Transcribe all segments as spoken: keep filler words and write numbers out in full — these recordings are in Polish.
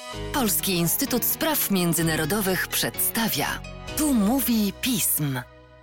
Polski Instytut Spraw Międzynarodowych przedstawia. Tu mówi pism.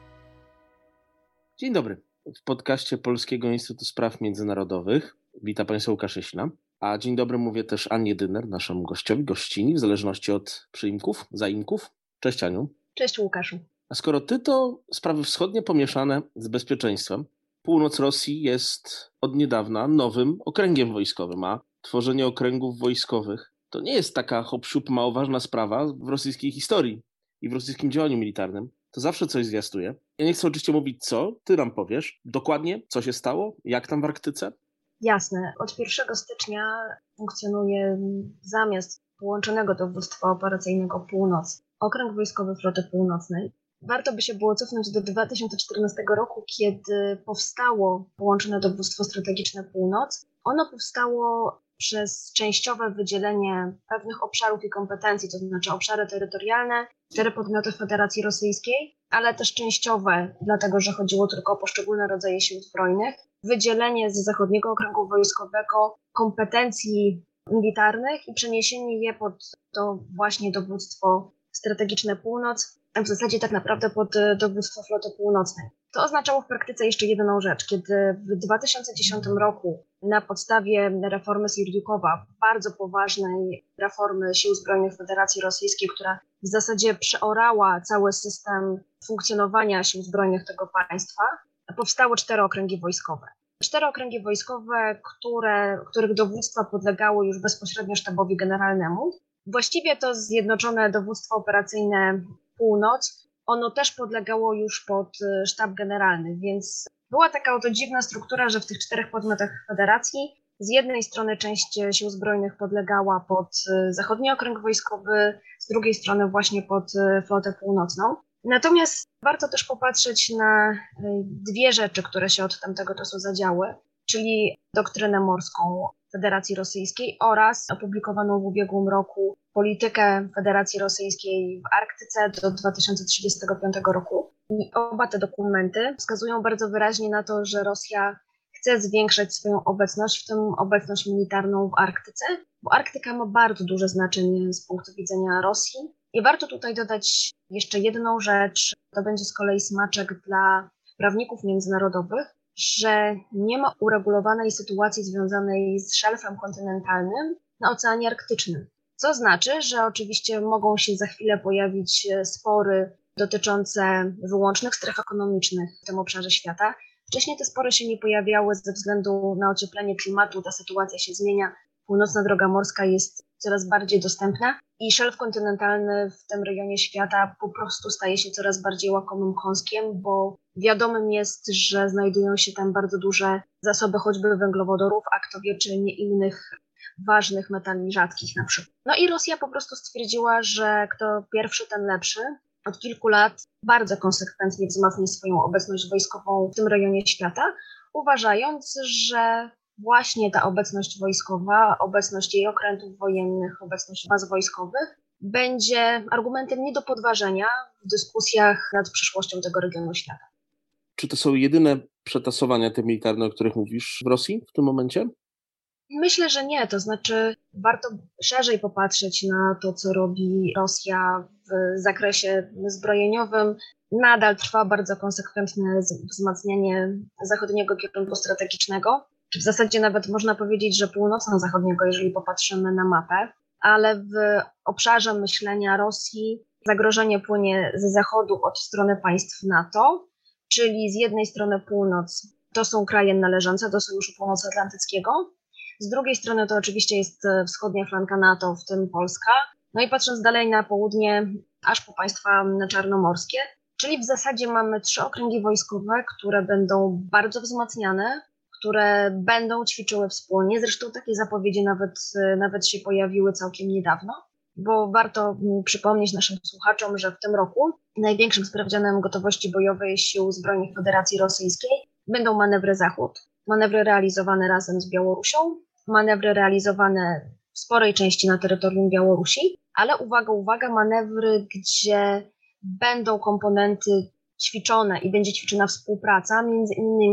Dzień dobry. W podcaście Polskiego Instytutu Spraw Międzynarodowych wita Państwa Łukasz Jeśna. A dzień dobry mówię też Annie Dyner, naszemu gościowi, gościni, w zależności od przyimków, zaimków. Cześć Aniu. Cześć Łukaszu. A skoro ty, to sprawy wschodnie pomieszane z bezpieczeństwem. Północ Rosji jest od niedawna nowym okręgiem wojskowym, a tworzenie okręgów wojskowych to nie jest taka hop-siup małoważna sprawa w rosyjskiej historii i w rosyjskim działaniu militarnym. To zawsze coś zwiastuje. Ja nie chcę oczywiście mówić co, ty nam powiesz dokładnie, co się stało, jak tam w Arktyce. Jasne. Od pierwszego stycznia funkcjonuje zamiast połączonego dowództwa operacyjnego Północ Okręg Wojskowy Floty Północnej. Warto by się było cofnąć do dwa tysiące czternastego roku, kiedy powstało połączone dowództwo strategiczne Północ. Ono powstało przez częściowe wydzielenie pewnych obszarów i kompetencji, to znaczy obszary terytorialne, cztery podmioty Federacji Rosyjskiej, ale też częściowe, dlatego że chodziło tylko o poszczególne rodzaje sił zbrojnych, wydzielenie z Zachodniego Okręgu Wojskowego kompetencji militarnych i przeniesienie je pod to właśnie dowództwo strategiczne Północ, a w zasadzie tak naprawdę pod dowództwo Floty Północnej. To oznaczało w praktyce jeszcze jedną rzecz, kiedy w dwa tysiące dziesiątym roku na podstawie reformy Sierdziukowa, bardzo poważnej reformy Sił Zbrojnych Federacji Rosyjskiej, która w zasadzie przeorała cały system funkcjonowania Sił Zbrojnych tego państwa, powstały cztery okręgi wojskowe. Cztery okręgi wojskowe, które, których dowództwa podlegało już bezpośrednio sztabowi generalnemu. Właściwie to Zjednoczone Dowództwo Operacyjne Północ, ono też podlegało już pod sztab generalny, więc była taka oto dziwna struktura, że w tych czterech podmiotach federacji z jednej strony część sił zbrojnych podlegała pod Zachodni Okręg Wojskowy, z drugiej strony właśnie pod Flotę Północną. Natomiast warto też popatrzeć na dwie rzeczy, które się od tamtego czasu zadziały, czyli doktrynę morską Federacji Rosyjskiej oraz opublikowaną w ubiegłym roku politykę Federacji Rosyjskiej w Arktyce do dwa tysiące trzydziestego piątego roku. I oba te dokumenty wskazują bardzo wyraźnie na to, że Rosja chce zwiększać swoją obecność, w tym obecność militarną w Arktyce, bo Arktyka ma bardzo duże znaczenie z punktu widzenia Rosji. I warto tutaj dodać jeszcze jedną rzecz, to będzie z kolei smaczek dla prawników międzynarodowych, że nie ma uregulowanej sytuacji związanej z szelfem kontynentalnym na Oceanie Arktycznym. Co znaczy, że oczywiście mogą się za chwilę pojawić spory dotyczące wyłącznych stref ekonomicznych w tym obszarze świata. Wcześniej te spory się nie pojawiały ze względu na ocieplenie klimatu, ta sytuacja się zmienia. Północna droga morska jest coraz bardziej dostępna i szelf kontynentalny w tym rejonie świata po prostu staje się coraz bardziej łakomym kąskiem, bo wiadomym jest, że znajdują się tam bardzo duże zasoby choćby węglowodorów, a kto wie, czy nie innych ważnych metali rzadkich na przykład. No i Rosja po prostu stwierdziła, że kto pierwszy, ten lepszy. Od kilku lat bardzo konsekwentnie wzmacnia swoją obecność wojskową w tym rejonie świata, uważając, że właśnie ta obecność wojskowa, obecność jej okrętów wojennych, obecność baz wojskowych będzie argumentem nie do podważenia w dyskusjach nad przyszłością tego regionu świata. Czy to są jedyne przetasowania te militarne, o których mówisz w Rosji w tym momencie? Myślę, że nie. To znaczy warto szerzej popatrzeć na to, co robi Rosja w zakresie zbrojeniowym. Nadal trwa bardzo konsekwentne wzmacnianie zachodniego kierunku strategicznego. W zasadzie nawet można powiedzieć, że północno-zachodniego, jeżeli popatrzymy na mapę, ale w obszarze myślenia Rosji zagrożenie płynie ze zachodu od strony państw NATO, czyli z jednej strony północ to są kraje należące do Sojuszu Północnoatlantyckiego, z drugiej strony to oczywiście jest wschodnia flanka NATO, w tym Polska, no i patrząc dalej na południe, aż po państwa czarnomorskie, czyli w zasadzie mamy trzy okręgi wojskowe, które będą bardzo wzmacniane, które będą ćwiczyły wspólnie. Zresztą takie zapowiedzi nawet, nawet się pojawiły całkiem niedawno, bo warto przypomnieć naszym słuchaczom, że w tym roku największym sprawdzianem gotowości bojowej Sił Zbrojnych Federacji Rosyjskiej będą manewry Zachód. Manewry realizowane razem z Białorusią, manewry realizowane w sporej części na terytorium Białorusi, ale uwaga, uwaga, manewry, gdzie będą komponenty ćwiczone i będzie ćwiczona współpraca między innymi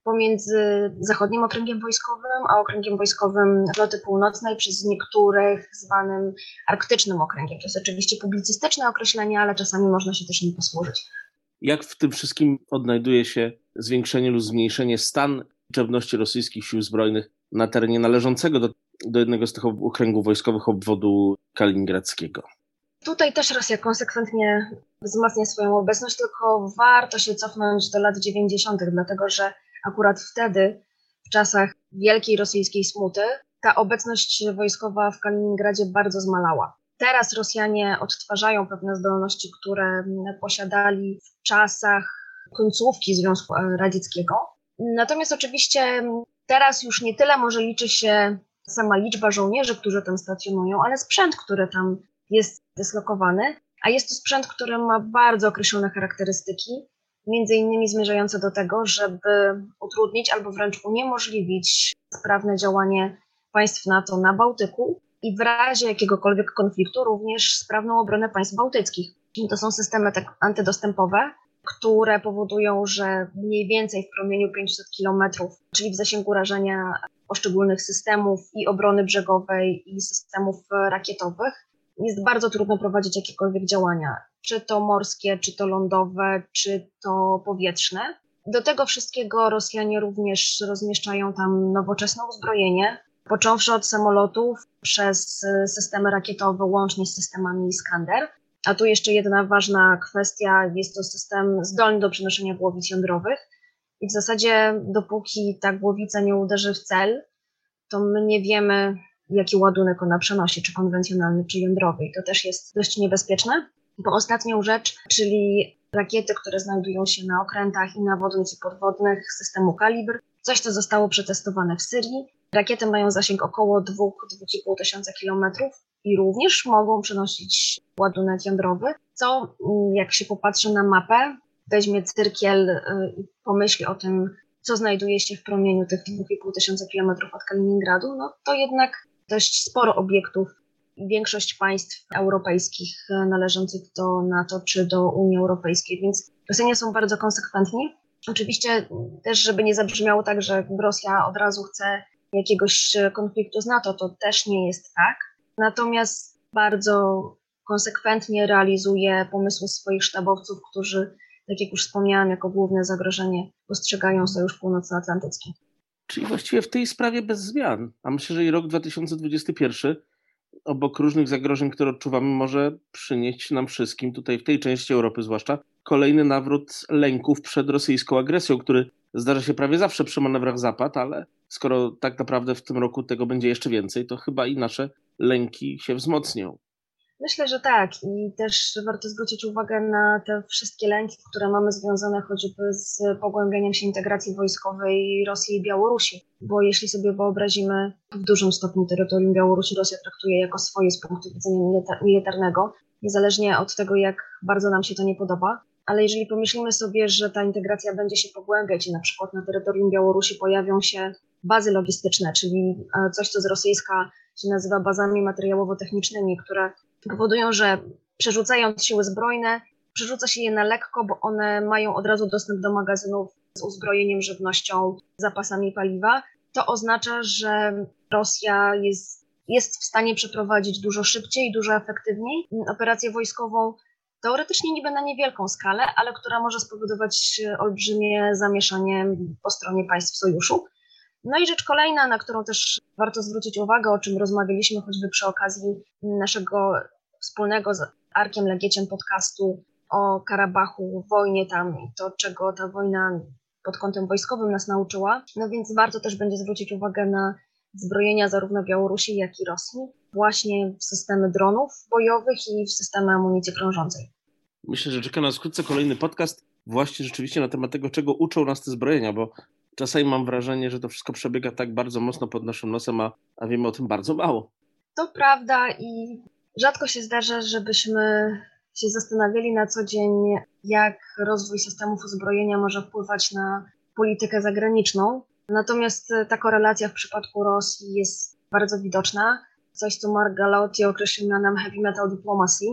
pomiędzy zachodnim okręgiem wojskowym a okręgiem wojskowym Floty Północnej, przez niektórych zwanym arktycznym okręgiem. To jest oczywiście publicystyczne określenie, ale czasami można się też nim posłużyć. Jak w tym wszystkim odnajduje się zwiększenie lub zmniejszenie stan liczebności rosyjskich sił zbrojnych na terenie należącego do, do jednego z tych okręgów wojskowych obwodu kaliningradzkiego? Tutaj też Rosja konsekwentnie wzmacnia swoją obecność, tylko warto się cofnąć do lat dziewięćdziesiątych, dlatego że akurat wtedy, w czasach wielkiej rosyjskiej smuty, ta obecność wojskowa w Kaliningradzie bardzo zmalała. Teraz Rosjanie odtwarzają pewne zdolności, które posiadali w czasach końcówki Związku Radzieckiego. Natomiast oczywiście teraz już nie tyle może liczy się sama liczba żołnierzy, którzy tam stacjonują, ale sprzęt, który tam jest dyslokowany, a jest to sprzęt, który ma bardzo określone charakterystyki, między innymi zmierzające do tego, żeby utrudnić albo wręcz uniemożliwić sprawne działanie państw NATO na Bałtyku i w razie jakiegokolwiek konfliktu również sprawną obronę państw bałtyckich. To są systemy tak antydostępowe, które powodują, że mniej więcej w promieniu pięćset kilometrów, czyli w zasięgu rażenia poszczególnych systemów i obrony brzegowej i systemów rakietowych, jest bardzo trudno prowadzić jakiekolwiek działania, czy to morskie, czy to lądowe, czy to powietrzne. Do tego wszystkiego Rosjanie również rozmieszczają tam nowoczesne uzbrojenie, począwszy od samolotów przez systemy rakietowe, łącznie z systemami Iskander. A tu jeszcze jedna ważna kwestia, jest to system zdolny do przenoszenia głowic jądrowych i w zasadzie dopóki ta głowica nie uderzy w cel, to my nie wiemy, jaki ładunek ona przenosi, czy konwencjonalny, czy jądrowy. I to też jest dość niebezpieczne. Bo ostatnią rzecz, czyli rakiety, które znajdują się na okrętach i na wodnych i podwodnych systemu Kalibr, coś, co zostało przetestowane w Syrii. Rakiety mają zasięg około dwa do dwóch i pół tysiąca kilometrów i również mogą przenosić ładunek jądrowy, co jak się popatrzy na mapę, weźmie cyrkiel i pomyśli o tym, co znajduje się w promieniu tych dwa i pół tysiąca kilometrów od Kaliningradu, no to jednak dość sporo obiektów i większość państw europejskich należących do NATO czy do Unii Europejskiej, więc Rosjanie są bardzo konsekwentni. Oczywiście też, żeby nie zabrzmiało tak, że Rosja od razu chce jakiegoś konfliktu z NATO, to też nie jest tak. Natomiast bardzo konsekwentnie realizuje pomysły swoich sztabowców, którzy, tak jak już wspomniałam, jako główne zagrożenie postrzegają Sojusz Północnoatlantycki. Czyli właściwie w tej sprawie bez zmian. A myślę, że i rok dwa tysiące dwudziesty pierwszy, obok różnych zagrożeń, które odczuwamy, może przynieść nam wszystkim, tutaj w tej części Europy zwłaszcza, kolejny nawrót lęków przed rosyjską agresją, który zdarza się prawie zawsze przy manewrach Zapad, ale skoro tak naprawdę w tym roku tego będzie jeszcze więcej, to chyba i nasze lęki się wzmocnią. Myślę, że tak i też warto zwrócić uwagę na te wszystkie lęki, które mamy związane choćby z pogłębianiem się integracji wojskowej Rosji i Białorusi, bo jeśli sobie wyobrazimy w dużym stopniu terytorium Białorusi, Rosja traktuje jako swoje z punktu widzenia militarnego, niezależnie od tego, jak bardzo nam się to nie podoba, ale jeżeli pomyślimy sobie, że ta integracja będzie się pogłębiać i na przykład na terytorium Białorusi pojawią się bazy logistyczne, czyli coś, co z rosyjska się nazywa bazami materiałowo-technicznymi, które powodują, że przerzucając siły zbrojne, przerzuca się je na lekko, bo one mają od razu dostęp do magazynów z uzbrojeniem, żywnością, zapasami paliwa. To oznacza, że Rosja jest, jest w stanie przeprowadzić dużo szybciej, dużo efektywniej operację wojskową, teoretycznie niby na niewielką skalę, ale która może spowodować olbrzymie zamieszanie po stronie państw sojuszu. No i rzecz kolejna, na którą też warto zwrócić uwagę, o czym rozmawialiśmy choćby przy okazji naszego wspólnego z Arkiem Legieciem podcastu o Karabachu, wojnie tam i to, czego ta wojna pod kątem wojskowym nas nauczyła. No więc warto też będzie zwrócić uwagę na zbrojenia zarówno Białorusi, jak i Rosji, właśnie w systemy dronów bojowych i w systemy amunicji krążącej. Myślę, że czeka nas wkrótce kolejny podcast właśnie rzeczywiście na temat tego, czego uczą nas te zbrojenia, bo czasami mam wrażenie, że to wszystko przebiega tak bardzo mocno pod naszym nosem, a, a wiemy o tym bardzo mało. To prawda i rzadko się zdarza, żebyśmy się zastanawiali na co dzień, jak rozwój systemów uzbrojenia może wpływać na politykę zagraniczną. Natomiast ta korelacja w przypadku Rosji jest bardzo widoczna. Coś, co Mark Galotti określił mianem heavy metal diplomacy.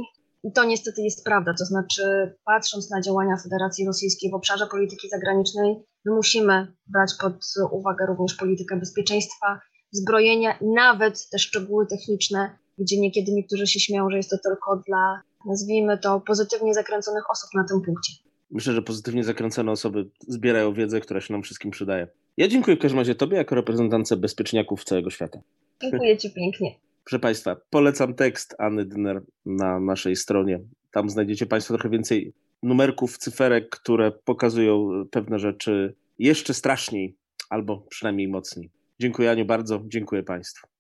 I to niestety jest prawda, to znaczy patrząc na działania Federacji Rosyjskiej w obszarze polityki zagranicznej, my musimy brać pod uwagę również politykę bezpieczeństwa, zbrojenia i nawet te szczegóły techniczne, gdzie niekiedy niektórzy się śmieją, że jest to tylko dla, nazwijmy to, pozytywnie zakręconych osób na tym punkcie. Myślę, że pozytywnie zakręcone osoby zbierają wiedzę, która się nam wszystkim przydaje. Ja dziękuję w każdym razie Tobie jako reprezentantce bezpieczniaków całego świata. Dziękuję Ci pięknie. Proszę Państwa, polecam tekst Anny Dynner na naszej stronie. Tam znajdziecie Państwo trochę więcej numerków, cyferek, które pokazują pewne rzeczy jeszcze straszniej, albo przynajmniej mocniej. Dziękuję Aniu bardzo, dziękuję Państwu.